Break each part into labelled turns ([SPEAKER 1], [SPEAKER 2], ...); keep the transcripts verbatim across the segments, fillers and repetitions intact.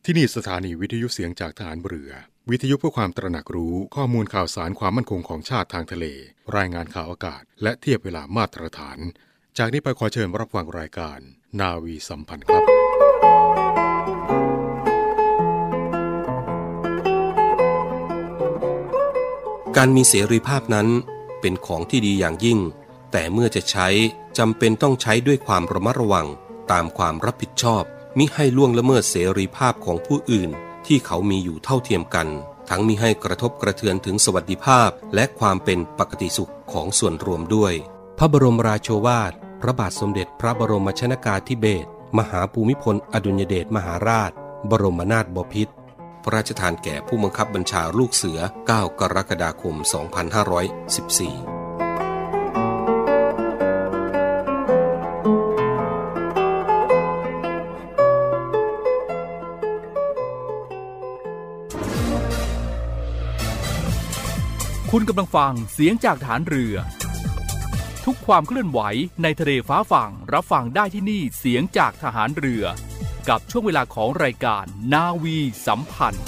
[SPEAKER 1] ที่นี่สถานีวิทยุเสียงจากทหารเรือวิทยุเพื่อความตระหนักรู้ข้อมูลข่าวสารความมั่นคงของชาติทางทะเลรายงานข่าวอากาศและเทียบเวลามาตรฐานจากนี้ไปขอเชิญรับฟังรายการนาวีสัมพันธ์ครับ
[SPEAKER 2] การมีเสรีภาพนั้นเป็นของที่ดีอย่างยิ่งแต่เมื่อจะใช้จำเป็นต้องใช้ด้วยความระมัดระวังตามความรับผิดชอบมิให้ล่วงละเมิดเสรีภาพของผู้อื่นที่เขามีอยู่เท่าเทียมกันทั้งมิให้กระทบกระเทือนถึงสวัสดิภาพและความเป็นปกติสุขของส่วนรวมด้วยพระบรมราโชวาทพระบาทสมเด็จพระบรมชนกาธิเบศรมหาภูมิพลอดุลยเดชมหาราชบรมนาถบพิตรพระราชทานแก่ผู้บังคับบัญชาลูกเสือเก้ากรกฎาคมสองพันห้าร้อยสิบสี่
[SPEAKER 3] คุณกำลังฟังเสียงจากฐานเรือทุกความเคลื่อนไหวในทะเลฟ้าฝั่งรับฟังได้ที่นี่เสียงจากทหารเรือกับช่วงเวลาของรายการนาวีสัมพันธ์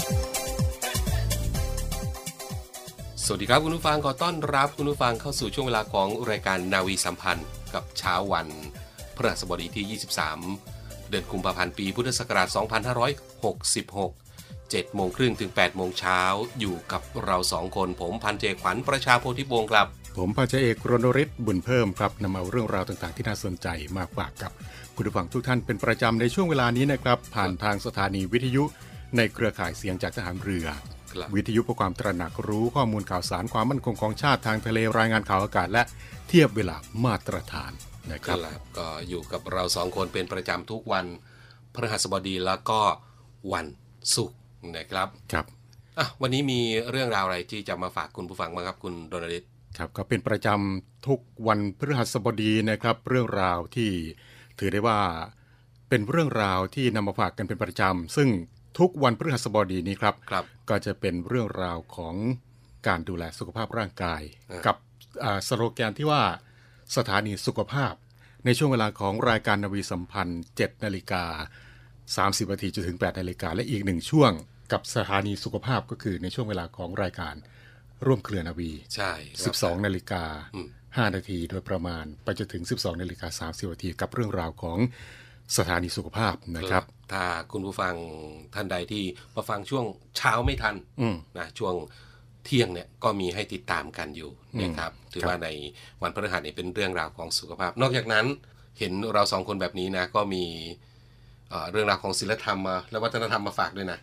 [SPEAKER 2] สวัสดีครับคุณผู้ฟังขอต้อนรับคุณผู้ฟังเข้าสู่ช่วงเวลาของรายการนาวีสัมพันธ์กับเช้าวันพฤหัสบดีที่ยี่สิบสามเดือนกุมภาพันธ์ปีพุทธศักราชสองพันห้าร้อยหกสิบหกเจ็ดโมงครึ่งถึงแปดโมงเช้าอยู่กับเราสองคนผมพันเจขวัญประชาโพธิวงศ์ครับ
[SPEAKER 1] ผมพันเอกรณฤทธิ์บุญเพิ่มครับนำเอาเรื่องราวต่างๆที่น่าสนใจมาฝากกับคุณผู้ฟังทุกท่านเป็นประจำในช่วงเวลานี้นะครับผ่านทางสถานีวิทยุในเครือข่ายเสียงจากทหารเรือวิทยุเพื่อความตระหนักรู้ข้อมูลข่าวสารความมั่นคงของชาติทางทะเลรายงานข่าวอากาศและเทียบเวลามาตรฐานนะครับ
[SPEAKER 2] ก็อยู่กับเราสองคนเป็นประจำทุกวันพฤหัสบดีแล้วก็วันศุกร์นะครับ
[SPEAKER 1] ครับ
[SPEAKER 2] อ่ะวันนี้มีเรื่องราวอะไรที่จะมาฝากคุณผู้ฟังบ้างครับคุณดลฤทธิ์
[SPEAKER 1] ครับก็เป็นประจำทุกวันพฤหัสบดีนะครับเรื่องราวที่ถือได้ว่าเป็นเรื่องราวที่นำมาฝากกันเป็นประจำซึ่งทุกวันพฤหัสบดีนี้ครับก็จะเป็นเรื่องราวของการดูแลสุขภาพร่างกายกับสโลแกนที่ว่าสถานีสุขภาพในช่วงเวลาของรายการนาวีสัมพันธ์ เจ็ดนาฬิกาสามสิบนาทีจนถึงแปดนาฬิกาและอีกหนึ่งช่วงกับสถานีสุขภาพก็คือในช่วงเวลาของรายการร่วมเครือนาวี
[SPEAKER 2] ใช่
[SPEAKER 1] สิบสองนาฬิกาห้านาทีโดยประมาณไปจนถึง สิบสองนาฬิกาสามสิบนาทีกับเรื่องราวของสถานีสุขภาพนะครับ
[SPEAKER 2] ถ้าคุณผู้ฟังท่านใดที่มาฟังช่วงเช้าไม่ทันนะช่วงเที่ยงเนี่ยก็มีให้ติดตามกันอยู่นะครับถือว่าในวันพฤหัสเนี่ยเป็นเรื่องราวของสุขภาพนอกจากนั้นเห็นเราสองคนแบบนี้นะก็มีเรื่องราวของศิลธรรมมาและวัฒนธรรมมาฝากด้วยนะ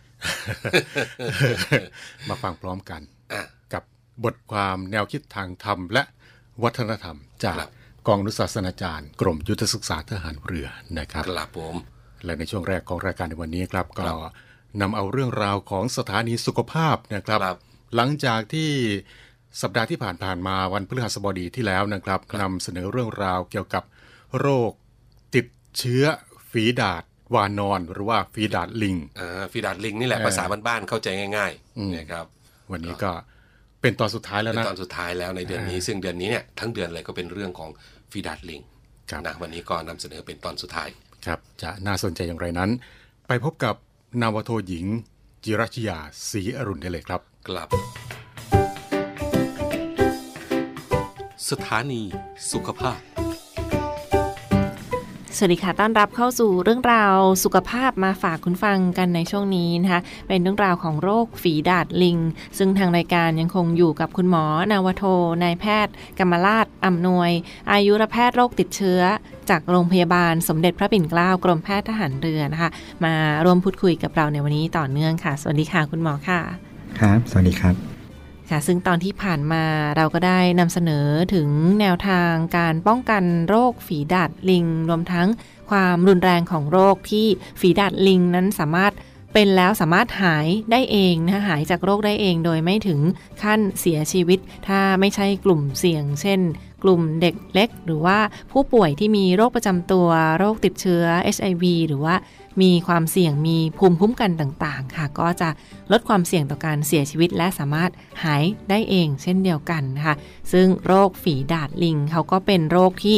[SPEAKER 1] มาฟังพร้อมกันกับบทความแนวคิดทางธรรมและวัฒนธรรมจากกองอนุศาสนาจารย์กรมยุทธศึกษาทหารเรือนะครับ
[SPEAKER 2] ครับผม
[SPEAKER 1] และในช่วงแรกของรายการในวันนี้ครับก็นำเอาเรื่องราวของสถานีสุขภาพนะครับหลังจากที่สัปดาห์ที่ผ่านๆมาวันพฤหัสบดีที่แล้วนะครับนำเสนอเรื่องราวเกี่ยวกับโรคติดเชื้อฝีดาษวานอนหรือว่าฝีดาษลิง
[SPEAKER 2] อ่าฝีดาษลิงนี่แหละภาษาบ้านๆเข้าใจง่ายๆนะครับ
[SPEAKER 1] วันนี้ก็เป็นตอนสุดท้ายแล้วนะ
[SPEAKER 2] เป็นตอนสุดท้ายแล้วในเดือนนี้ซึ่งเดือนนี้เนี่ยทั้งเดือนเลยก็เป็นเรื่องของฝีดาษลิงนะวันนี้ก็นำเสนอเป็นตอนสุดท้าย
[SPEAKER 1] ครับจะน่าสนใจอย่างไรนั้นไปพบกับนาวโทหญิงจิรัชยาศรีอรุณได้เลยครับ
[SPEAKER 2] ครับสถานีสุขภาพ
[SPEAKER 4] สวัสดีค่ะต้อนรับเข้าสู่เรื่องราวสุขภาพมาฝากคุณฟังกันในช่วงนี้นะคะเป็นเรื่องราวของโรคฝีดาษลิงซึ่งทางรายการยังคงอยู่กับคุณหมอนาวโทนายแพทย์กำมลาศอำนวยอายุรแพทย์โรคติดเชื้อจากโรงพยาบาลสมเด็จพระปิ่นเกล้ากรมแพทย์ทหารเรือนะคะมาร่วมพูดคุยกับเราในวันนี้ต่อเนื่องค่ะสวัสดีค่ะคุณหมอค่ะ
[SPEAKER 5] ครับสวัสดีครับ
[SPEAKER 4] ค่ะซึ่งตอนที่ผ่านมาเราก็ได้นำเสนอถึงแนวทางการป้องกันโรคฝีดาษลิงรวมทั้งความรุนแรงของโรคที่ฝีดาษลิงนั้นสามารถเป็นแล้วสามารถหายได้เองนะหายจากโรคได้เองโดยไม่ถึงขั้นเสียชีวิตถ้าไม่ใช่กลุ่มเสี่ยงเช่นกลุ่มเด็กเล็กหรือว่าผู้ป่วยที่มีโรคประจำตัวโรคติดเชื้อ เอช ไอ วี หรือว่ามีความเสี่ยงมีภูมิคุ้มกันต่างๆค่ะก็จะลดความเสี่ยงต่อการเสียชีวิตและสามารถหายได้เองเช่นเดียวกันนะคะซึ่งโรคฝีดาษลิงเขาก็เป็นโรคที่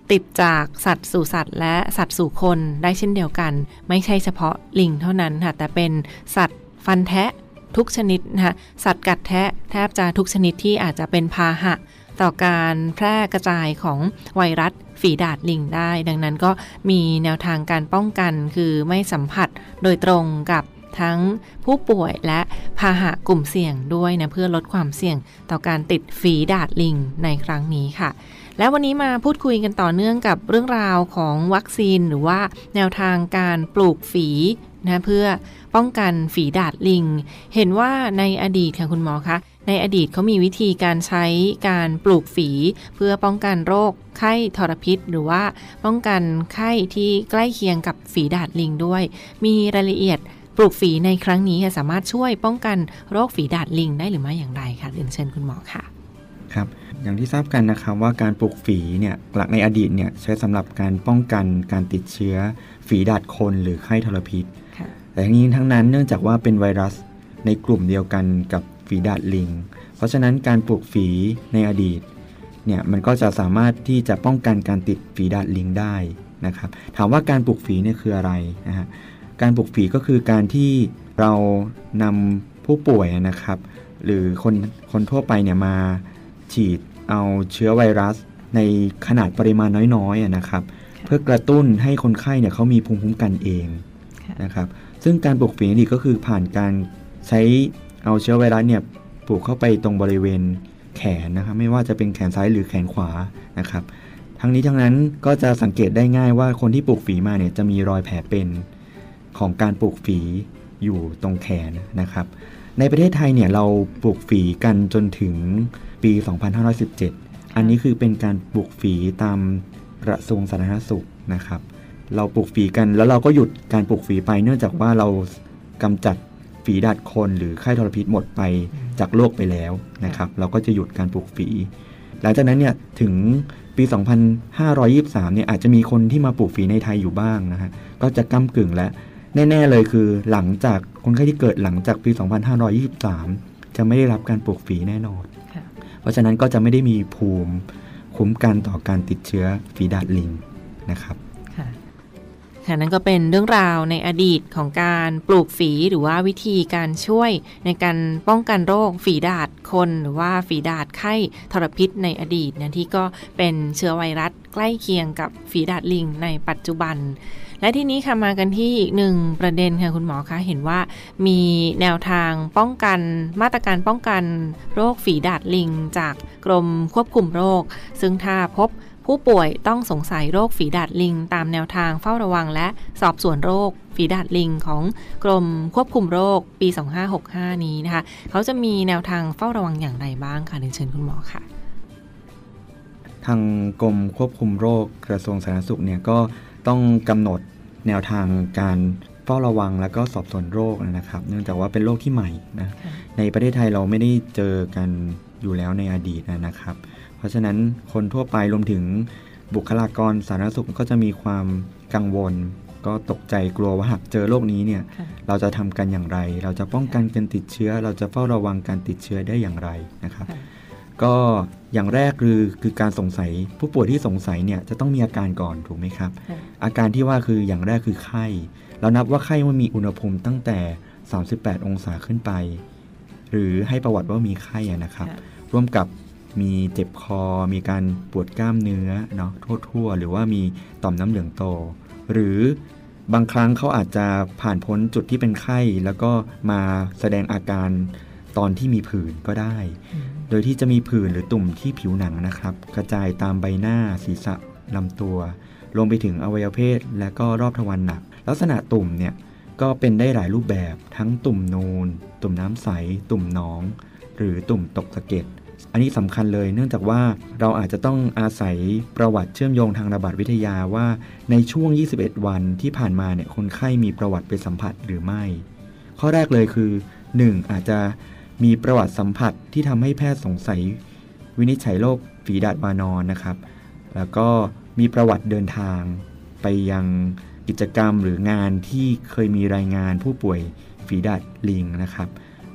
[SPEAKER 4] ติดจากสัตว์สู่สัตว์และสัตว์สู่คนได้เช่นเดียวกันไม่ใช่เฉพาะลิงเท่านั้นค่ะแต่เป็นสัตว์ฟันแทะทุกชนิดนะคะสัตว์กัดแทะแทบจะทุกชนิดที่อาจจะเป็นพาหะต่อการแพร่กระจายของไวรัสฝีดาษลิงได้ดังนั้นก็มีแนวทางการป้องกันคือไม่สัมผัสโดยตรงกับทั้งผู้ป่วยและพาหะกลุ่มเสี่ยงด้วยนะเพื่อลดความเสี่ยงต่อการติดฝีดาษลิงในครั้งนี้ค่ะและวันนี้มาพูดคุยกันต่อเนื่องกับเรื่องราวของวัคซีนหรือว่าแนวทางการปลูกฝีนะเพื่อป้องกันฝีดาษลิงเห็นว่าในอดีตค่ะคุณหมอคะในอดีตเขามีวิธีการใช้การปลูกฝีเพื่อป้องกันโรคไข้ทรพิษหรือว่าป้องกันไข้ที่ใกล้เคียงกับฝีดาษลิงด้วยมีรายละเอียดปลูกฝีในครั้งนี้สามารถช่วยป้องกันโรคฝีดาษลิงได้หรือไม่อย่างไรคะเรียนเชิญคุณหมอค่ะ
[SPEAKER 5] ครับอย่างที่ทราบกันนะครับว่าการปลูกฝีเนี่ยหลักในอดีตเนี่ยใช้สำหรับการป้องกันการติดเชื้อฝีดาษคนหรือไข้ทรพิษแต่ทั้งนี้ทั้งนั้นเนื่องจากว่าเป็นไวรัสในกลุ่มเดียวกันกับฝีดาษลิงเพราะฉะนั้นการปลูกฝีในอดีตเนี่ยมันก็จะสามารถที่จะป้องกันการติดฝีดาษลิงได้นะครับถามว่าการปลูกฝีเนี่ยคืออะไรนะฮะการปลูกฝีก็คือการที่เรานำผู้ป่วยนะครับหรือคนคนทั่วไปเนี่ยมาฉีดเอาเชื้อไวรัสในขนาดปริมาณน้อยๆนะครับเพื่อกระตุ้นให้คนไข้เนี่ยเขามีภูมิคุ้มกันเองนะครับซึ่งการปลูกฝีนี่ก็คือผ่านการใช้เอาเชื้อไวรัสเนี่ยปลูกเข้าไปตรงบริเวณแขนนะครับไม่ว่าจะเป็นแขนซ้ายหรือแขนขวานะครับทั้งนี้ทั้งนั้นก็จะสังเกตได้ง่ายว่าคนที่ปลูกฝีมาเนี่ยจะมีรอยแผลเป็นของการปลูกฝีอยู่ตรงแขนนะครับในประเทศไทยเนี่ยเราปลูกฝีกันจนถึงปีสองพันห้าร้อยสิบเจ็ดอันนี้คือเป็นการปลูกฝีตามกระทรวงสาธารณสุขนะครับเราปลูกฝีกันแล้วเราก็หยุดการปลูกฝีไปเนื่องจากว่าเรากำจัดฝีดาษคนหรือไข้ทรพิษหมดไปจากโลกไปแล้วนะครับเราก็จะหยุดการปลูกฝีหลังจากนั้นเนี่ยถึงปีสองพันห้าร้อยยี่สิบสามเนี่ยอาจจะมีคนที่มาปลูกฝีในไทยอยู่บ้างนะฮะก็จะก้ำกึ่งและแน่ๆเลยคือหลังจากคนไข้ที่เกิดหลังจากปีสองพันห้าร้อยยี่สิบสามจะไม่ได้รับการปลูกฝีแน่นอนเพราะฉะนั้นก็จะไม่ได้มีภูมิคุ้มกันต่อการติดเชื้อฝีดาษลิงนะครับ
[SPEAKER 4] ค่ะนั่นก็เป็นเรื่องราวในอดีตของการปลูกฝีหรือว่าวิธีการช่วยในการป้องกันโรคฝีดาษคนหรือว่าฝีดาษไข้ทรพิษในอดีตนะที่ก็เป็นเชื้อไวรัสใกล้เคียงกับฝีดาษลิงในปัจจุบันและที่นี้ค่ะมากันที่อีกหนึ่งประเด็นค่ะคุณหมอคะเห็นว่ามีแนวทางป้องกันมาตรการป้องกันโรคฝีดาษลิงจากกรมควบคุมโรคซึ่งถ้าพบผู้ป่วยต้องสงสัยโรคฝีดาษลิงตามแนวทางเฝ้าระวังและสอบสวนโรคฝีดาษลิงของกรมควบคุมโรคปีสองพันห้าร้อยหกสิบห้านี้นะคะเขาจะมีแนวทางเฝ้าระวังอย่างไรบ้างคะเรียนเชิญคุณหมอค่ะ
[SPEAKER 5] ทางกรมควบคุมโรคกระทรวงสาธารณสุขเนี่ยก็ต้องกำหนดแนวทางการเฝ้าระวังและก็สอบสวนโรคนะครับเนื่องจากว่าเป็นโรคที่ใหม่นะในประเทศไทยเราไม่ได้เจอกันอยู่แล้วในอดีตนะครับเพราะฉะนั้นคนทั่วไปรวมถึงบุคลากรสาธารณสุขก็จะมีความกังวลก็ตกใจกลัวว่าหากเจอโรคนี้เนี่ยเราจะทำกันอย่างไรเราจะป้องกันการติดเชื้อเราจะเฝ้าระวังการติดเชื้อได้อย่างไรนะครับก็อย่างแรกคือคือการสงสัยผู้ป่วยที่สงสัยเนี่ยจะต้องมีอาการก่อนถูกไหมครับอาการที่ว่าคืออย่างแรกคือไข้เรานับว่าไข้มันมีอุณหภูมิตั้งแต่สามสิบแปดองศาขึ้นไปหรือให้ประวัติว่ามีไข้นะครับร่วมกับมีเจ็บคอมีการปวดกล้ามเนื้อเนาะทั่วๆหรือว่ามีต่อมน้ำเหลืองโตหรือบางครั้งเขาอาจจะผ่านพ้นจุดที่เป็นไข้แล้วก็มาแสดงอาการตอนที่มีผื่นก็ได้โดยที่จะมีผื่นหรือตุ่มที่ผิวหนังนะครับกระจายตามใบหน้าศีรษะลำตัวลงไปถึงอวัยวะเพศและก็รอบทวารหนักลักษณะตุ่มเนี่ยก็เป็นได้หลายรูปแบบทั้งตุ่มนูนตุ่มน้ำใสตุ่มหนองหรือตุ่มตกสะเก็ดอันนี้สำคัญเลยเนื่องจากว่าเราอาจจะต้องอาศัยประวัติเชื่อมโยงทางระบาดวิทยาว่าในช่วงยี่สิบเอ็ดวันที่ผ่านมาเนี่ยคนไข้มีประวัติไปสัมผัสหรือไม่ข้อแรกเลยคือหนึ่งอาจจะมีประวัติสัมผัสที่ทำให้แพทย์สงสัยวินิจฉัยโรคฝีดาษวานอนนะครับแล้วก็มีประวัติเดินทางไปยังกิจกรรมหรืองานที่เคยมีรายงานผู้ป่วยฝีดาษลิงนะครับ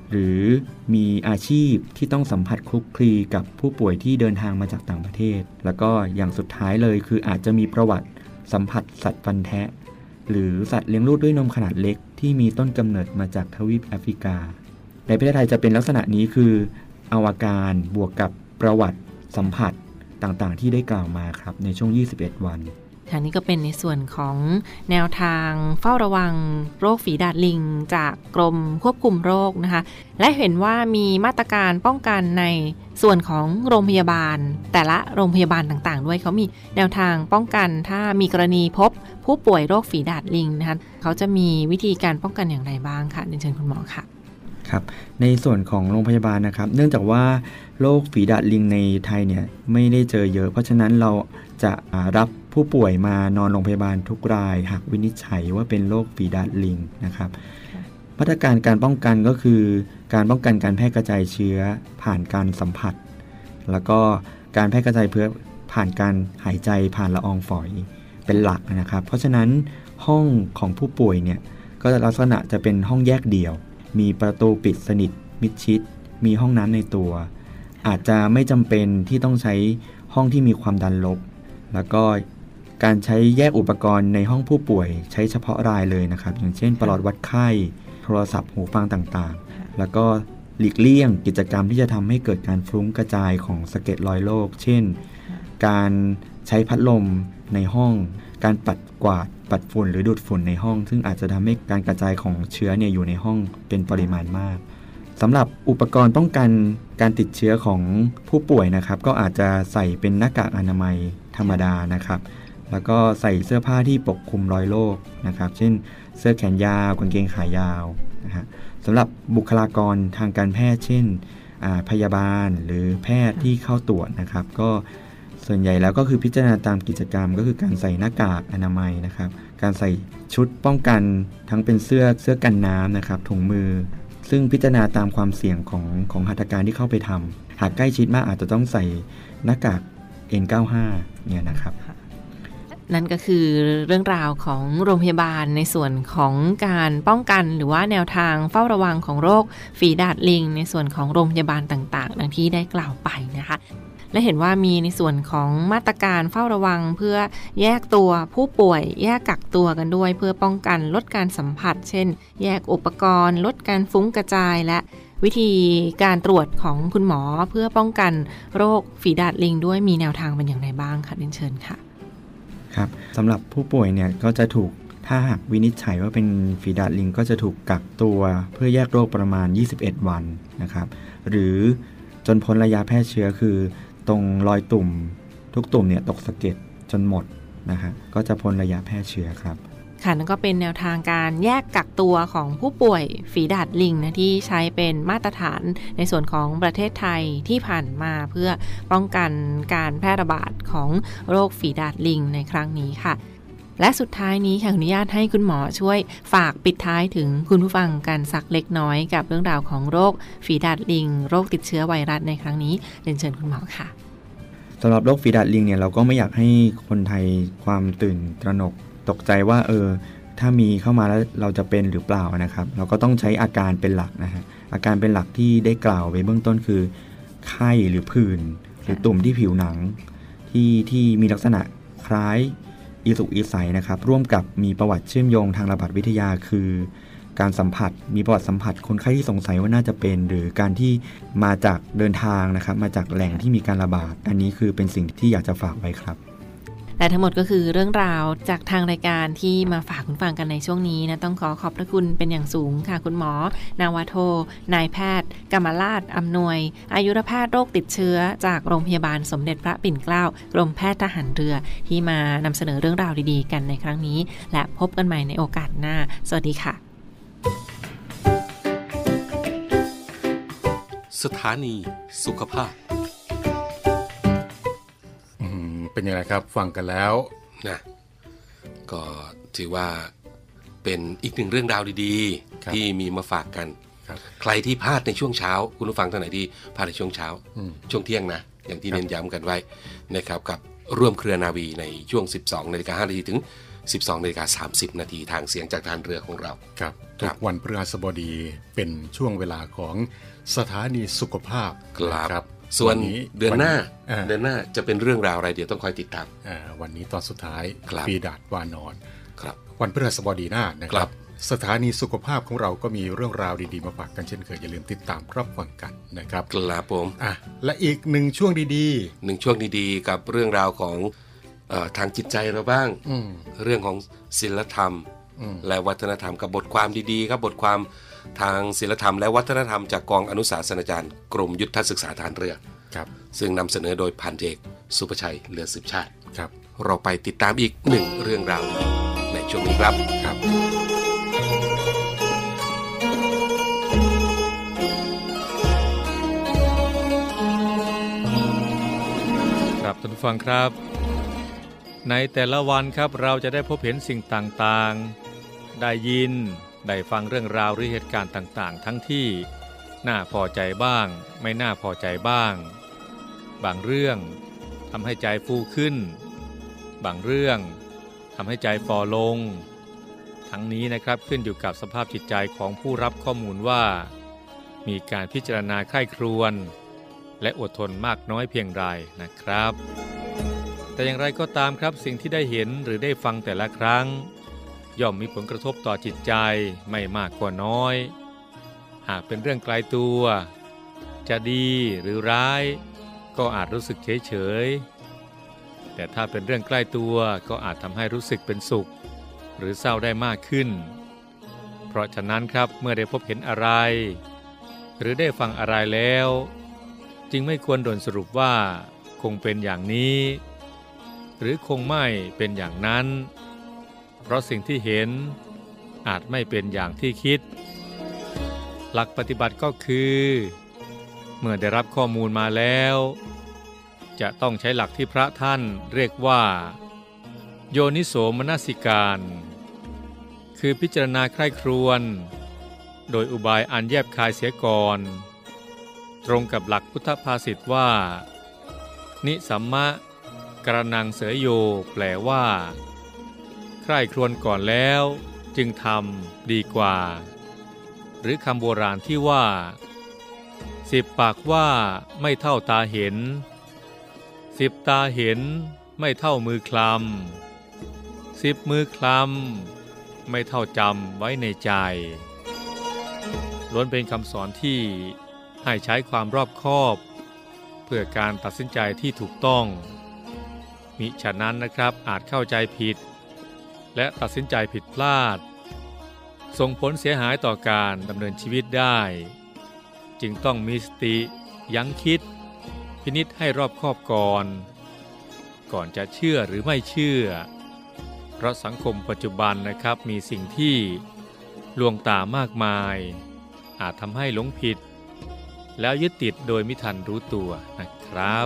[SPEAKER 5] หรือมีอาชีพที่ต้องสัมผัสคลุกคลีกับผู้ป่วยที่เดินทางมาจากต่างประเทศแล้วก็อย่างสุดท้ายเลยคืออาจจะมีประวัติสัมผัสสัตว์ฟันแทะหรือสัตว์เลี้ยงลูกด้วยนมขนาดเล็กที่มีต้นกำเนิดมาจากทวีปแอฟริกาในประเทศไทยจะเป็นลักษณะนี้คือเอาอาการบวกกับประวัติสัมผัสต่างๆที่ได้กล่าวมาครับในช่วงยี่สิบเอ็ดวัน
[SPEAKER 4] ค่ะนี่ก็เป็นในส่วนของแนวทางเฝ้าระวังโรคฝีดาษลิงจากกรมควบคุมโรคนะคะและเห็นว่ามีมาตรการป้องกันในส่วนของโรงพยาบาลแต่ละโรงพยาบาลต่างๆด้วยเขามีแนวทางป้องกันถ้ามีกรณีพบผู้ป่วยโรคฝีดาษลิงนะคะเขาจะมีวิธีการป้องกันอย่างไรบ้างคะเรียนเชิญคุณหมอค่ะ
[SPEAKER 5] ครับในส่วนของโรงพยาบาลนะครับเนื่องจากว่าโรคฝีดาษลิงในไทยเนี่ยไม่ได้เจอเยอะเพราะฉะนั้นเราจะรับผู้ป่วยมานอนโรงพยาบาลทุกรายหากวินิจฉัยว่าเป็นโรคฝีดาษลิงนะครับมาตรการการป้องกันก็คือการป้องกันการแพร่กระจายเชื้อผ่านการสัมผัสแล้วก็การแพร่กระจายเชื้อผ่านการหายใจผ่านละอองฝอยเป็นหลักนะครับเพราะฉะนั้นห้องของผู้ป่วยเนี่ยก็ลักษณะจะเป็นห้องแยกเดี่ยวมีประตูปิดสนิทมิดชิดมีห้องน้ำในตัวอาจจะไม่จำเป็นที่ต้องใช้ห้องที่มีความดันลบแล้วก็การใช้แยกอุปกรณ์ในห้องผู้ป่วยใช้เฉพาะรายเลยนะครับอย่างเช่นปลอดวัดไข้โทรศัพท์หูฟังต่างๆแล้วก็หลีกเลี่ยงกิจกรรมที่จะทำให้เกิดการฟุ้งกระจายของสะเก็ดรอยโรคเช่นการใช้พัดลมในห้องการปัดกวาดปัดฝุ่นหรือดูดฝุ่นในห้องซึ่งอาจจะทำให้การกระจายของเชื้อเนี่ยอยู่ในห้องเป็นปริมาณมากสำหรับอุปกรณ์ป้องกันการติดเชื้อของผู้ป่วยนะครับก็อาจจะใส่เป็นหน้ากากอนามัยธรรมดานะครับแล้วก็ใส่เสื้อผ้าที่ปกคลุมรอยโรคนะครับเช่นเสื้อแขนยาวกางเกงขายาวนะฮะสำหรับบุคลากรทางการแพทย์เช่นพยาบาลหรือแพทย์ที่เข้าตรวจนะครับก็ส่วนใหญ่แล้วก็คือพิจารณาตามกิจกรรมก็คือการใส่หน้ากากอนามัยนะครับการใส่ชุดป้องกันทั้งเป็นเสื้อเสื้อกันน้ำนะครับถุงมือซึ่งพิจารณาตามความเสี่ยงของของหัตถการที่เข้าไปทำหากใกล้ชิดมากอาจจะต้องใส่หน้ากาก เอ็น เก้าสิบห้า เนี่ยนะครับ
[SPEAKER 4] นั่นก็คือเรื่องราวของโรงพยาบาลในส่วนของการป้องกันหรือว่าแนวทางเฝ้าระวังของโรคฝีดาษลิงในส่วนของโรงพยาบาลต่างๆดังที่ได้กล่าวไปนะคะและเห็นว่ามีในส่วนของมาตรการเฝ้าระวังเพื่อแยกตัวผู้ป่วยแยกกักตัวกันด้วยเพื่อป้องกันลดการสัมผัสเช่นแยกอุปกรณ์ลดการฟุ้งกระจายและวิธีการตรวจของคุณหมอเพื่อป้องกันโรคฝีดาษลิงด้วยมีแนวทางเป็นอย่างไรบ้างคะเรียนเชิญค่ะ
[SPEAKER 5] ครับสำหรับผู้ป่วยเนี่ยก็จะถูกถ้าหากวินิจฉัยว่าเป็นฝีดาษลิงก็จะถูกกักตัวเพื่อแยกโรคประมาณยี่สิบเอ็ดวันนะครับหรือจนพ้นระยะแพร่เชื้อคือตรงรอยตุ่มทุกตุ่มเนี่ยตกสะเก็ดจนหมดนะฮะก็จะพ้นระยะแพร่เชื้อครับ
[SPEAKER 4] ค่ะนั่นก็เป็นแนวทางการแยกกักตัวของผู้ป่วยฝีดาษลิงนะที่ใช้เป็นมาตรฐานในส่วนของประเทศไทยที่ผ่านมาเพื่อป้องกันการแพร่ระบาดของโรคฝีดาษลิงในครั้งนี้ค่ะและสุดท้ายนี้ค่ะขออนุญาตให้คุณหมอช่วยฝากปิดท้ายถึงคุณผู้ฟังกันสักเล็กน้อยกับเรื่องราวของโรคฝีดาษลิงโรคติดเชื้อไวรัสในครั้งนี้เรียนเชิญคุณหมอค่ะ
[SPEAKER 5] สำหรับโรคฝีดาษลิงเนี่ยเราก็ไม่อยากให้คนไทยความตื่นตระหนกตกใจว่าเออถ้ามีเข้ามาแล้วเราจะเป็นหรือเปล่านะครับเราก็ต้องใช้อาการเป็นหลักนะฮะอาการเป็นหลักที่ได้กล่าวไว้เบื้องต้นคือไข้หรือผื่นหรือตุ่มที่ผิวหนังที่ที่มีลักษณะคล้ายอีสุกอีใสนะครับร่วมกับมีประวัติเชื่อมโยงทางระบาดวิทยาคือการสัมผัสมีประวัติสัมผัสคนไข้ที่สงสัยว่าน่าจะเป็นหรือการที่มาจากเดินทางนะครับมาจากแหล่งที่มีการระบาดอันนี้คือเป็นสิ่งที่อยากจะฝากไว้ครับ
[SPEAKER 4] และทั้งหมดก็คือเรื่องราวจากทางรายการที่มาฝากคุณฟังกันในช่วงนี้นะต้องขอขอบพระคุณเป็นอย่างสูงค่ะคุณหมอนาวาโทนายแพทย์กมราชอำนวยอายุรแพทย์โรคติดเชื้อจากโรงพยาบาลสมเด็จพระปิ่นเกล้ากรมแพทย์ทหารเรือที่มานำเสนอเรื่องราวดีๆกันในครั้งนี้และพบกันใหม่ในโอกาสหน้าสวัสดีค่ะ
[SPEAKER 2] สถานีสุขภาพ
[SPEAKER 1] เป็นยังไงครับฟังกันแล้ว
[SPEAKER 2] นะก็ถือว่าเป็นอีกหนึ่งเรื่องราวดีๆที่มีมาฝากกันใครที่พลาดในช่วงเช้าคุณผู้ฟังท่านไหนที่พลาดในช่วงเช้าช่วงเที่ยงนะอย่างที่เน้นย้ำกันไว้นะครับกับร่วมเครือนาวีในช่วง สิบสองนาฬิกาห้านาทีถึง สิบสองนาฬิกาสามสิบนาทีทางเสียงจากทหารเรือของเรา
[SPEAKER 1] ครับทุกวันพฤหัสบดีเป็นช่วงเวลาของสถานีสุขภาพ
[SPEAKER 2] ครับส่วนเดือนหน้าเดือนหน้าจะเป็นเรื่องราวอะไรเดี๋ยวต้องคอยติดตาม
[SPEAKER 1] วันนี้ตอนสุดท้ายปีดาษวานอน
[SPEAKER 2] ครับ
[SPEAKER 1] วันพฤหัสบดีหน้านะครับสถานีสุขภาพของเราก็มีเรื่องราวดีๆมาฝากกันเช่นเคยอย่าลืมติดตามรับฟังกันนะครับ
[SPEAKER 2] ครับผม
[SPEAKER 1] อ่ะและอีกหนึ่งช่วงดี
[SPEAKER 2] ๆหนึ่งช่วงดีๆกับเรื่องราวของเอ่อทางจิตใจเราบ้างเรื่องของศีลธรรมและวัฒนธรรมกับบทความดีๆครับบทความทางศีลธรรมและวัฒนธรรมจากกองอนุสาสนจารย์กรมยุทธศึกษาทหารเรือ
[SPEAKER 1] ครับ
[SPEAKER 2] ซึ่งนำเสนอโดยพันเอกสุภชัยเลือสืบชาติ
[SPEAKER 1] ครับ
[SPEAKER 2] เราไปติดตามอีกหนึ่งเรื่องราวในช่วงนี้ครับ
[SPEAKER 1] ครับ
[SPEAKER 6] ครับท่านผู้ฟังครับในแต่ละวันครับเราจะได้พบเห็นสิ่งต่างๆได้ยินได้ฟังเรื่องราวหรือเหตุการณ์ต่างๆทั้งที่น่าพอใจบ้างไม่น่าพอใจบ้างบางเรื่องทำให้ใจฟูขึ้นบางเรื่องทำให้ใจฝ่อลงทั้งนี้นะครับขึ้นอยู่กับสภาพจิตใจของผู้รับข้อมูลว่ามีการพิจารณาใคร่ครวญและอดทนมากน้อยเพียงไรนะครับแต่อย่างไรก็ตามครับสิ่งที่ได้เห็นหรือได้ฟังแต่ละครั้งย่อมมีผลกระทบต่อจิตใจไม่มากก็น้อยหากเป็นเรื่องไกลตัวจะดีหรือร้ายก็อาจรู้สึกเฉยๆแต่ถ้าเป็นเรื่องใกล้ตัวก็อาจทำให้รู้สึกเป็นสุขหรือเศร้าได้มากขึ้นเพราะฉะนั้นครับเมื่อได้พบเห็นอะไรหรือได้ฟังอะไรแล้วจึงไม่ควรด่วนสรุปว่าคงเป็นอย่างนี้หรือคงไม่เป็นอย่างนั้นเพราะสิ่งที่เห็นอาจไม่เป็นอย่างที่คิดหลักปฏิบัติก็คือเมื่อได้รับข้อมูลมาแล้วจะต้องใช้หลักที่พระท่านเรียกว่าโยนิโสมนสิการคือพิจารณาใคร่ครวญโดยอุบายอันแยบคายเสียก่อนตรงกับหลักพุทธภาษิตว่านิสัมมะกรนังเสยโยแปลว่าใคร่ครวญก่อนแล้วจึงทำดีกว่าหรือคำโบราณที่ว่าสิบปากว่าไม่เท่าตาเห็นสิบตาเห็นไม่เท่ามือคลำสิบมือคลำไม่เท่าจำไว้ในใจล้วนเป็นคำสอนที่ให้ใช้ความรอบคอบเพื่อการตัดสินใจที่ถูกต้องมิฉะนั้นนะครับอาจเข้าใจผิดและตัดสินใจผิดพลาดส่งผลเสียหายต่อการดำเนินชีวิตได้จึงต้องมีสติยั้งคิดพินิจให้รอบคอบก่อนก่อนจะเชื่อหรือไม่เชื่อเพราะสังคมปัจจุบันนะครับมีสิ่งที่ลวงตามากมายอาจทำให้หลงผิดแล้วยึดติดโดยไม่ทันรู้ตัวนะครับ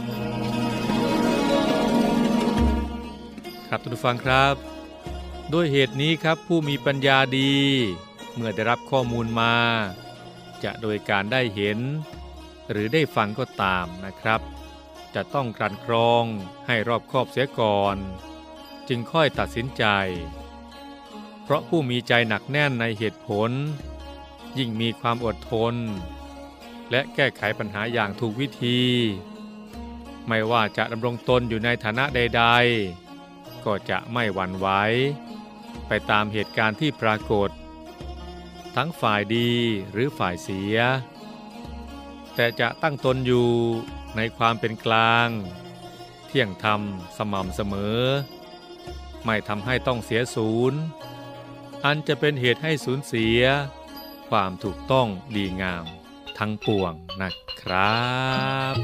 [SPEAKER 6] ครับทุกท่านครับด้วยเหตุนี้ครับผู้มีปัญญาดีเมื่อได้รับข้อมูลมาจะโดยการได้เห็นหรือได้ฟังก็ตามนะครับจะต้องกลั่นกรองให้รอบคอบเสียก่อนจึงค่อยตัดสินใจเพราะผู้มีใจหนักแน่นในเหตุผลยิ่งมีความอดทนและแก้ไขปัญหาอย่างถูกวิธีไม่ว่าจะดำรงตนอยู่ในฐานะใดๆก็จะไม่หวั่นไหวไปตามเหตุการณ์ที่ปรากฏทั้งฝ่ายดีหรือฝ่ายเสียแต่จะตั้งตนอยู่ในความเป็นกลางเที่ยงธรรมสม่ำเสมอไม่ทำให้ต้องเสียศูนย์อันจะเป็นเหตุให้สูญเสียความถูกต้องดีงามทั้งปวงนะครับ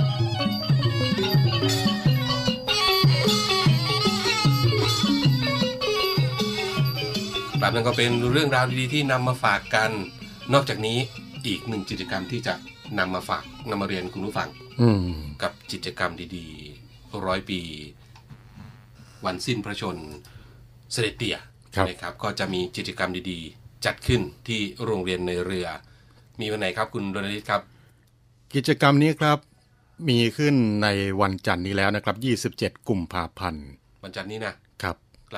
[SPEAKER 2] แบบนั้นก็เป็นเรื่องราวดีๆที่นำมาฝากกันนอกจากนี้อีกหนึ่งกิจกรรมที่จะนำมาฝากนำมาเรียนคุณผู้ฟังกับกิจกรรมดีๆร้อยปีวันสิ้นพระชนเสด็จเตี่ยนะครับก็จะมีกิจกรรมดีๆจัดขึ้นที่โรงเรียนในเรือมีวันไหนครับคุณดลฤทธิ์ครับ
[SPEAKER 1] กิจกรรมนี้ครับมีขึ้นในวันจันทร์นี้แล้วนะครับยี่สิบเจ็ดกุมภาพันธ์
[SPEAKER 2] วันจันทร์นี้นะครับ
[SPEAKER 1] ครับ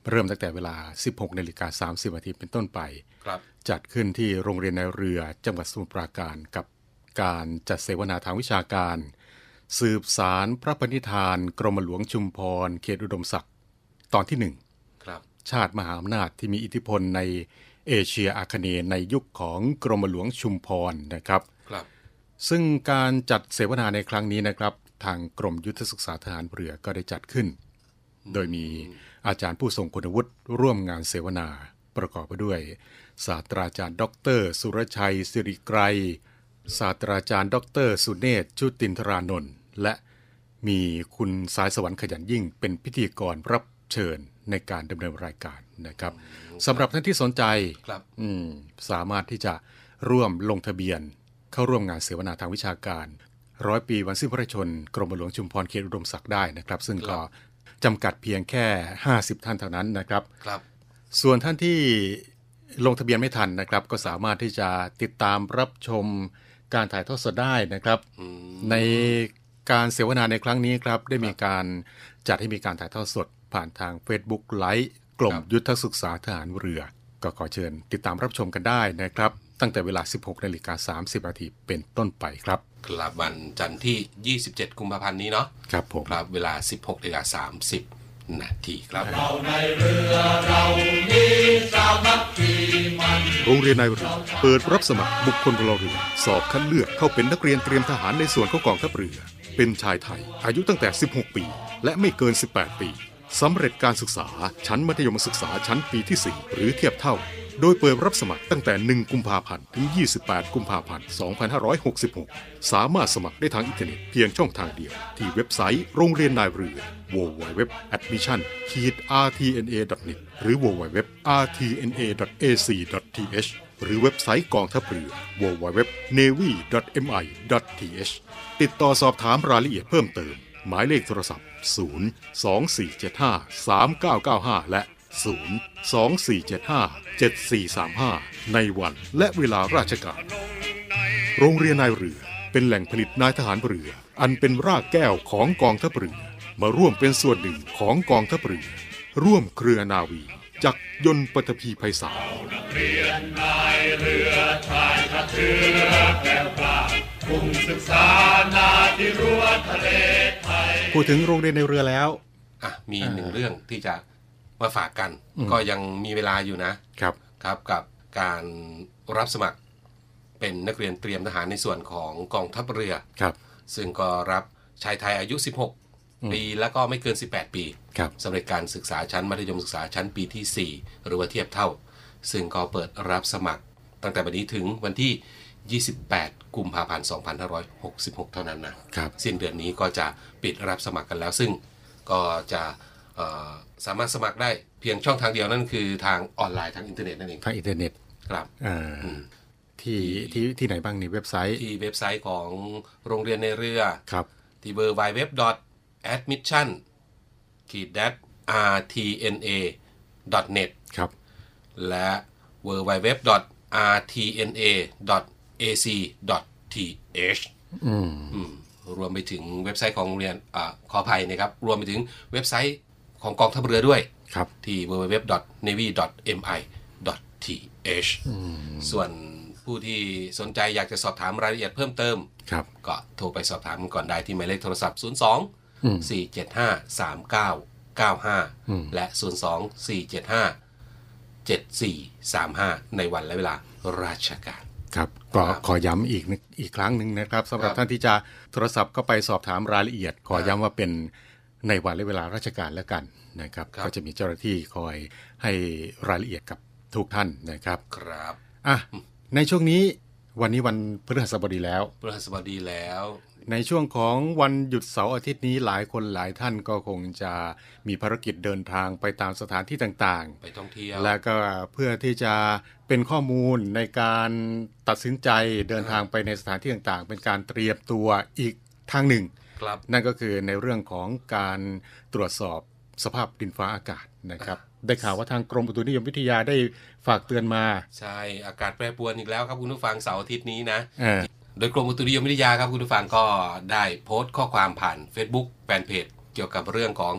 [SPEAKER 1] เริ่มตั้งแต่เวลา สิบหกนาฬิกาสามสิบนาทีเป็นต้นไปจัดขึ้นที่โรงเรียนนายเรือจังหวัดสมุทรปราการกับการจัดเสวนาทางวิชาการสืบสารพระปณิธานกรมหลวงชุมพรเขตอุดมศักดิ์ตอนที่หนึ่งชาติมหาอำนาจที่มีอิทธิพลในเอเชียอาคเนย์ในยุคของกรมหลวงชุมพรนะครับซึ่งการจัดเสวนาในครั้งนี้นะครับทางกรมยุทธศึกษาทหารเรือก็ได้จัดขึ้นโดยมีอาจารย์ผู้ทรงคุณวุฒิร่วมงานเสวนาประกอบไปด้วยศาสตราจารย์ดรสุรชัยสิริไกรศาสตราจารย์ดรสุเนศชุตินทรานนท์และมีคุณสายสวรรค์ขยันยิ่งเป็นพิธีกรรับเชิญในการดำเนินรายการนะครับสำหรับท่านที่สนใจสามารถที่จะร่วมลงทะเบียนเข้าร่วมงานเสวนาทางวิชาการร้อยปีวันสิ้นพระชนม์กรมหลวงชุมพรเขตอุดมศักดิ์ได้นะครับซึ่งก็จำกัดเพียงแค่ห้าสิบท่านเท่านั้นนะครับส่วนท่านที่ลงทะเบียนไม่ทันนะครับก็สามารถที่จะติดตามรับชมการถ่ายทอดสดได้นะครับในการเสวนาในครั้งนี้ครับได้มีการจัดให้มีการถ่ายทอดสดผ่านทาง Facebook ไลฟ์กลุ่มยุทธศึกษาทหารเรือก็ขอเชิญติดตามรับชมกันได้นะครับตั้งแต่เวลา สิบหกนาฬิกาสามสิบนาทีเป็นต้นไปครับ
[SPEAKER 2] ครับวันจันทร์ที่ยี่สิบเจ็ดกุมภาพันธ์นี้เนาะ
[SPEAKER 1] ครับผม
[SPEAKER 2] ครับเวลา สิบหกนาฬิกาสามสิบนาทีครับ
[SPEAKER 7] เราในเรือเรามีสามัคคีมัน
[SPEAKER 1] โรงเรียนนายเรือเปิดรับสมัครบุคคลพลเรือนสอบคัดเลือกเข้าเป็นนักเรียนเตรียมทหารในส่วนของกองทัพเรือเป็นชายไทยอายุตั้งแต่สิบหกปีและไม่เกินสิบแปดปีสำเร็จการศึกษาชั้นมัธยมศึกษาชั้นปีที่สี่หรือเทียบเท่าโดยเปิดรับสมัครตั้งแต่หนึ่งกุมภาพันธ์ถึงยี่สิบแปดกุมภาพันธ์สองพันห้าร้อยหกสิบหกสามารถสมัครได้ทางอินเทอร์เน็ตเพียงช่องทางเดียวที่เว็บไซต์โรงเรียนนายเรือ ดับเบิลยู ดับเบิลยู ดับเบิลยู ดอท แอดมิชชั่น อาร์ ที เอ็น เอ ดอท เน็ต หรือ ดับเบิลยู ดับเบิลยู ดับเบิลยู ดอท อาร์ ที เอ็น เอ ดอท เอ ซี ดอท ที เอช หรือเว็บไซต์กองทัพเรือ ดับเบิลยู ดับเบิลยู ดับเบิลยู ดอท เนวี ดอท เอ็ม ไอ ดอท ที เอช ติดต่อสอบถามรายละเอียดเพิ่มเติมหมายเลขโทรศัพท์ศูนย์ สอง สี่ เจ็ด ห้า สาม เก้า เก้า ห้าและศูนย์ สอง สี่ เจ็ด ห้า เจ็ด สี่ สาม ห้าในวันและเวลาราชการโรงเรียนนายเรือเป็นแหล่งผลิตนายทหารเรืออันเป็นรากแก้วของกองทัพเรือมาร่วมเป็นส่วนหนึ่งของกองทัพเรือร่วมเครือนาวีจักรยนต์ปฐพีไพศาล
[SPEAKER 7] เรียนนายเรือชายทะเรือแก้วกล้าคุมศึกษานาที่รั้วทะเลไทย
[SPEAKER 1] พูดถึงโรงเรียนในเรือแล้ว
[SPEAKER 2] อ่ะมีหนึ่งเรื่องที่จะมาฝากกันก็ยังมีเวลาอยู่นะครับครับกับการรับสมัครเป็นนักเรียนเตรียมทหารในส่วนของกองทัพเรือ
[SPEAKER 1] ครับ
[SPEAKER 2] ซึ่งก็รับชายไทยอายุสิบหกปีแล้วก็ไม่เกินสิบแปดปีสำเร็จการศึกษาชั้นมัธยมศึกษาชั้นปีที่สี่หรือว่าเทียบเท่าซึ่งก็เปิดรับสมัครตั้งแต่วันนี้ถึงวันที่ยี่สิบแปดกุมภาพันธ์สองพันห้าร้อยหกสิบหกเท่านั้นนะครับสิ้นเดือนนี้ก็จะปิดรับสมัครกันแล้วซึ่งก็จะสามารถสมัครได้เพียงช่องทางเดียวนั่นคือทางออนไลน์ทางอินเทอร์เน็ตนั่นเอง
[SPEAKER 1] ทางอินเทอร์เน็ต
[SPEAKER 2] ครับ
[SPEAKER 1] ที่ที่ที่ไหนบ้างนี่เว็บไซต์
[SPEAKER 2] ที่เว็บไซต์ของโรงเรียนในเรือ
[SPEAKER 1] ครับ
[SPEAKER 2] ที่ ดับเบิลยู ดับเบิลยู ดับเบิลยู ดอท แอดมิชชั่น อาร์ ที เอ็น เอ ดอท เน็ต
[SPEAKER 1] ครับ
[SPEAKER 2] และ ดับเบิลยู ดับเบิลยู ดับเบิลยู ดอท อาร์ ที เอ็น เอ ดอท เอ ซี ดอท ที เอช
[SPEAKER 1] อืม
[SPEAKER 2] รวมไปถึงเว็บไซต์ของโรงเรียนอ่าขออภัยนะครับรวมไปถึงเว็บไซต์ของกองทัพเรือด้วย
[SPEAKER 1] ครับ
[SPEAKER 2] ที่ ดับเบิลยู ดับเบิลยู ดับเบิลยู ดอท เนวี ดอท เอ็ม ไอ ดอท ที เอช ส่วนผู้ที่สนใจอยากจะสอบถามรายละเอียดเพิ่มเติม
[SPEAKER 1] ครับ
[SPEAKER 2] ก็โทรไปสอบถามก่อนได้ที่หมายเลขโทรศัพท์ศูนย์ สอง สี่ เจ็ด ห้า สาม เก้า เก้า ห้าและศูนย์ สอง สี่ เจ็ด ห้า เจ็ด สี่ สาม ห้าในวันและเวลาราชการ
[SPEAKER 1] ครับก็ขอย้ำอีกอีกครั้งหนึ่งนะครับสำหรับท่านที่จะโทรศัพท์ก็ไปสอบถามรายละเอียดขอย้ำว่าเป็นในวันและเวลาราชการแล้วกันนะครับก็จะมีเจ้าหน้าที่คอยให้รายละเอียดกับทุกท่านนะครับ
[SPEAKER 2] ครับ
[SPEAKER 1] อ่ะในช่วงนี้วันนี้วันพฤหัสบดีแล้ว
[SPEAKER 2] พฤหัสบดีแล้ว
[SPEAKER 1] ในช่วงของวันหยุดเสาร์อาทิตย์นี้หลายคนหลายท่านก็คงจะมีภารกิจเดินทางไปตามสถานที่ต่าง
[SPEAKER 2] ๆไปท่องเที่ยว
[SPEAKER 1] และก็เพื่อที่จะเป็นข้อมูลในการตัดสินใจเดินทางไปในสถานที่ต่างๆเป็นการเตรียมตัวอีกทางหนึ่งนั่นก็คือในเรื่องของการตรวจสอบสภาพดินฟ้าอากาศนะครับได้ข่าวว่าทางกรมอุตุนิยมวิทยาได้ฝากเตือนมา
[SPEAKER 2] ใช่อากาศแปรปรวนอีกแล้วครับคุณผู้ฟังเสาร์อาทิตย์นี้นะโดยกรมอุตุนิยมวิทยาครับคุณผู้ฟังก็ได้โพสต์ข้อความผ่าน Facebook แฟนเพจเกี่ยวกับเรื่องของ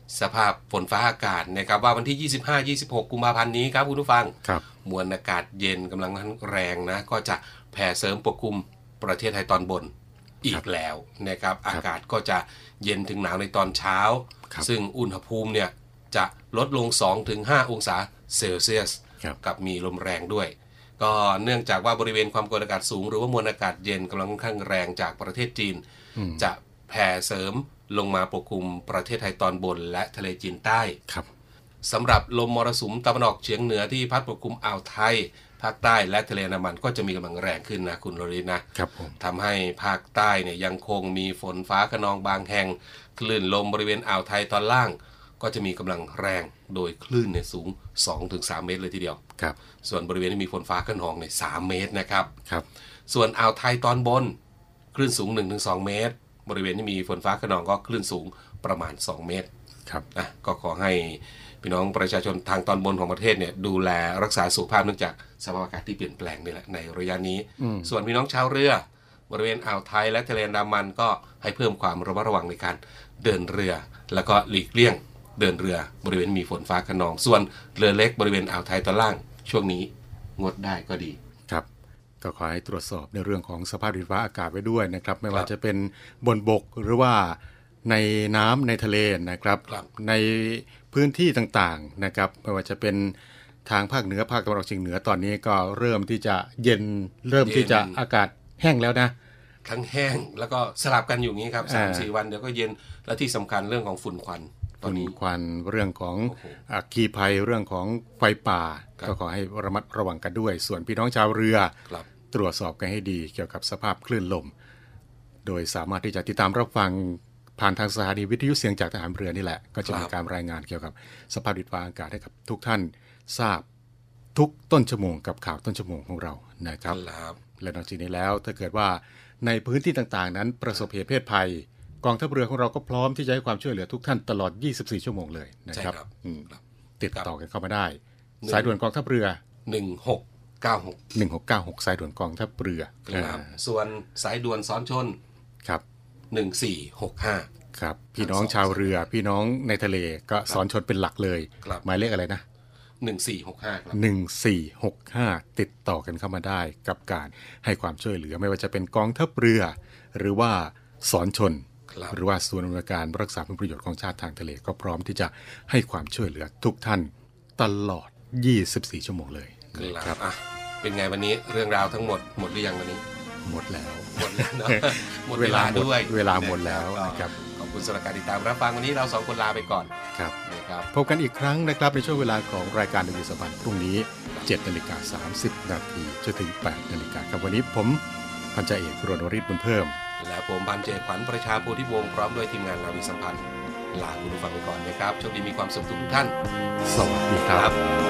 [SPEAKER 2] สภาพฝนฟ้าอากาศนะครับว่าวันที่ ยี่สิบห้า ยี่สิบหก กุมภาพันธ์นี้ครับคุณผู้ฟังมวลอากาศเย็นกำลังแรงนะก็จะแผ่เสริมปกคลุมประเทศไทยตอนบนอีกแล้วนะครับอากาศก็จะเย็นถึงหนาวในตอนเช้าซึ่งอุณหภูมิเนี่ยจะลดลง สองถึงห้า องศาเซลเซียสกับมีลมแรงด้วยก็เนื่องจากว่าบริเวณความกดอากาศสูงหรือว่ามวลอากาศเย็นกำลังค่อนข้างแรงจากประเทศจีนจะแผ่เสริมลงมาปกคลุมประเทศไทยตอนบนและทะเลจีนใต้สำหรับลมมรสุมตะวันออกเฉียงเหนือที่พัดปกคลุมอ่าวไทยภาคใต้และทะเลอันดามันก็จะมีกำลังแรงขึ้นนะคุณโรลินนะทำให้ภาคใต้เนี่ยยังคงมีฝนฟ้าคะนองบางแห่งคลื่นลมบริเวณอ่าวไทยตอนล่างก็จะมีกำลังแรงโดยคลื่นเนี่ยสูง สองถึงสาม เมตรเลยทีเดียวส่วนบริเวณที่มีฝนฟ้าคะนองเนี่ยสามเมตรนะครับส่วนอ่าวไทยตอนบนคลื่นสูง หนึ่งถึงสอง เมตรบริเวณที่มีฝนฟ้าคะนองก็คลื่นสูงประมาณสองเมตรครับนะก็ขอให้พี่น้องประชาชนทางตอนบนของประเทศเนี่ยดูแลรักษาสุขภาพเนื่องจากสภาพอากาศที่เปลี่ยนแปลงนี่แหละในระยะนี้ส่วนพี่น้องชาวเรือบริเวณอ่าวไทยและทะเลอันดามันก็ให้เพิ่มความระมัดระวังในการเดินเรือแล้วก็หลีกเลี่ยงเดินเรือบริเวณมีฝนฟ้าคะนองส่วนเรือเล็กบริเวณอ่าวไทยตอนล่างช่วงนี้งดได้ก็ดี
[SPEAKER 1] ครับก็ขอให้ตรวจสอบในเรื่องของสภาพดินฟ้าอากาศไว้ด้วยนะครับไม่ว่าจะเป็นบนบกหรือว่าในน้ำในทะเลนะครับในพื้นที่ต่างๆนะครับไม่ว่าจะเป็นทางภาคเหนือภาคตะวันออกเฉียงเหนือตอนนี้ก็เริ่มที่จะเย็นเริ่มที่จะอากาศแห้งแล้วนะ
[SPEAKER 2] ทั้งแห้งแล้วก็สลับกันอยู่งี้ครับ สามถึงสี่ วันเดี๋ยวก็เย็นและที่สำคัญเรื่องของฝุ่นควัน
[SPEAKER 1] ฝุ่นควันเรื่องของอัคคีภัยเรื่องของไฟป่าก็ขอให้ระมัดระวังกันด้วยส่วนพี่น้องชาวเรือตรวจสอบกันให้ดีเกี่ยวกับสภาพคลื่นลมโดยสามารถที่จะติดตามรับฟังผ่านทางสถานีวิทยุเสียงจากทหารเรือนี่แหละก็จะมีการรายงานเกี่ยวกับสภาพดินฟ้าอากาศให้กับทุกท่านทราบทุกต้นชั่วโมงกับข่าวต้นชั่วโมงของเรานะครับและนอกจากนี้แล้วถ้าเกิดว่าในพื้นที่ต่างๆนั้นประสบเหตุเพศภัยกองทัพเรือของเราก็พร้อมที่จะให้ความช่วยเหลือทุกท่านตลอดยี่สิบสี่ชั่วโมงเลยนะครับติดต่อกันเข้ามาได้สายด่วนกองทัพเรือ
[SPEAKER 2] หนึ่งหกเก้าหก
[SPEAKER 1] หนึ่งหกเก้าหกสายด่วนกองทัพเรือ
[SPEAKER 2] ครับส่วนสายด่วนซ้อนชน
[SPEAKER 1] ครับ
[SPEAKER 2] หนึ่งสี่หกห้า
[SPEAKER 1] ครับพี่น้องชาวเรือพี่น้องในทะเลก็ซ้อนชนเป็นหลักเลยหมายเลขอะไรนะ
[SPEAKER 2] หนึ่งสี่หกห้าครับ
[SPEAKER 1] หนึ่งสี่หกห้าติดต่อกันเข้ามาได้กับการให้ความช่วยเหลือไม่ว่าจะเป็นกองทัพเรือหรือว่าสอนชนหรือว่าศูนย์อำนวยการรักษาผลประโยชน์ของชาติทางทะเลก็พร้อมที่จะให้ความช่วยเหลือทุกท่านตลอดยี่สิบสี่ชั่วโมงเลย
[SPEAKER 2] ครับอ่ะเป็นไงวันนี้เรื่องราวทั้งหมดหมดหรือยังวันนี้
[SPEAKER 1] หมดแล้ว
[SPEAKER 2] หมดแล้วเนาะหมดเวลาด้วย
[SPEAKER 1] เวลาหมดแล้วนะครับ
[SPEAKER 2] ขอบคุณสำหรับการติดตามรับฟังวันนี้เราสองคนลาไปก่อน
[SPEAKER 1] ครับนะครับพบกันอีกครั้งนะครับในช่วงเวลาของรายการดนตรีสัมพันธ์พรุ่งนี้เจ็ดนาฬิกาสามสิบนาทีจนถึงแปดนาฬิกาครับวันนี้ผมพันจ่าเอกรณวริศบุญเพิ่ม
[SPEAKER 2] และผมพันเจขวัญประชาโพธิวงศ์พร้อมด้วยทีมงานนาวีสัมพันธ์ลาคุณผู้ฟังไปก่อนนะครับโชคดีมีความสุขทุกท่าน
[SPEAKER 1] สวัสดีครับ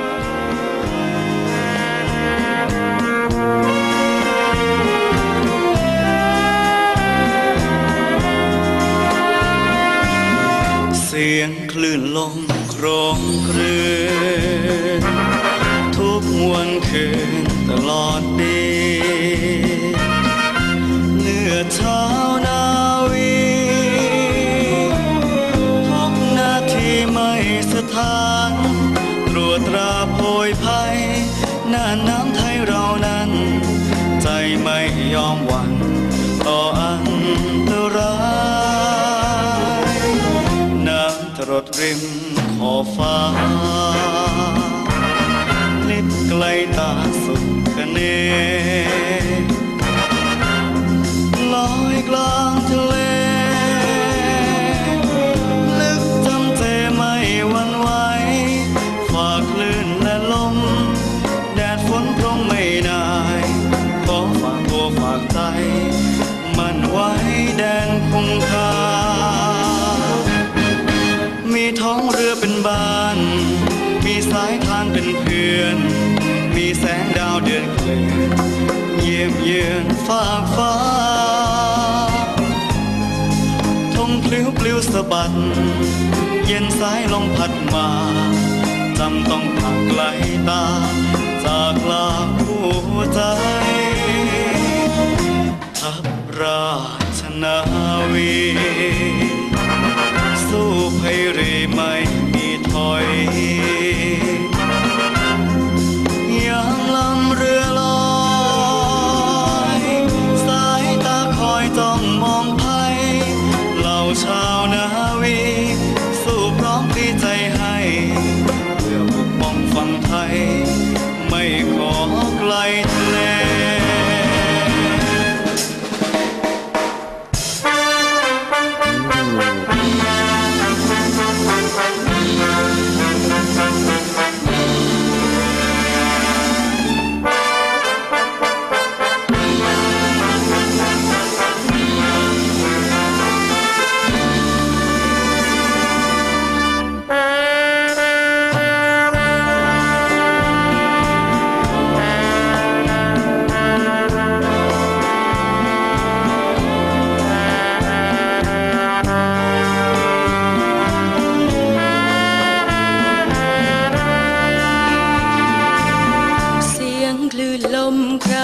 [SPEAKER 8] เสียงคลื่นลมโครงคลื่นทุกวันคืนตลอดปีเลือดเท้านาวีทุกนาทีไม่สถานตรวจตราโพยภัยน่านน้ำไทยเรานั้นใจไม่ยอมหวั่นต่ออันตรายน้ำตรดริมขอบฟ้าลิดไกลตาสุดคะเนลอยกลางทะเลลึกจำเจไม่หวั่นไหวฝากคลื่นและลมแดดฝนพรมไม่นายขอฝากตัวฝากใจมันไว้แดนคงคามีท้องเรือเป็นบ้านมีสายทานเป็นเพื่อนมีแสงดาวเดือนเคลื่อนเยี่ยมเยือนฟากฟ้าธงพลิ้วปลิวสะบัดเย็นสายลมพัดมาจำต้องผ่านไกลตาจากลาหัวใจทัพราชนาวีสู้ภัยรีไม่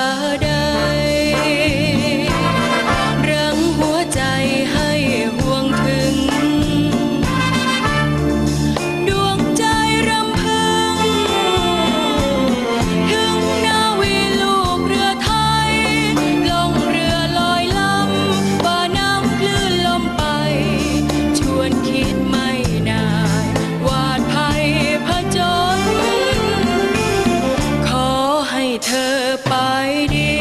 [SPEAKER 9] ใดรั้งหัวใจให้ห่วงถึงดวงใจรำพึงถึงนาวีลูกเรือไทยลงเรือลอยลำฝ่าน้ำคลื่นลมไปชวนคิดไม่นานวาดภัยผจญขอให้เธอไปดี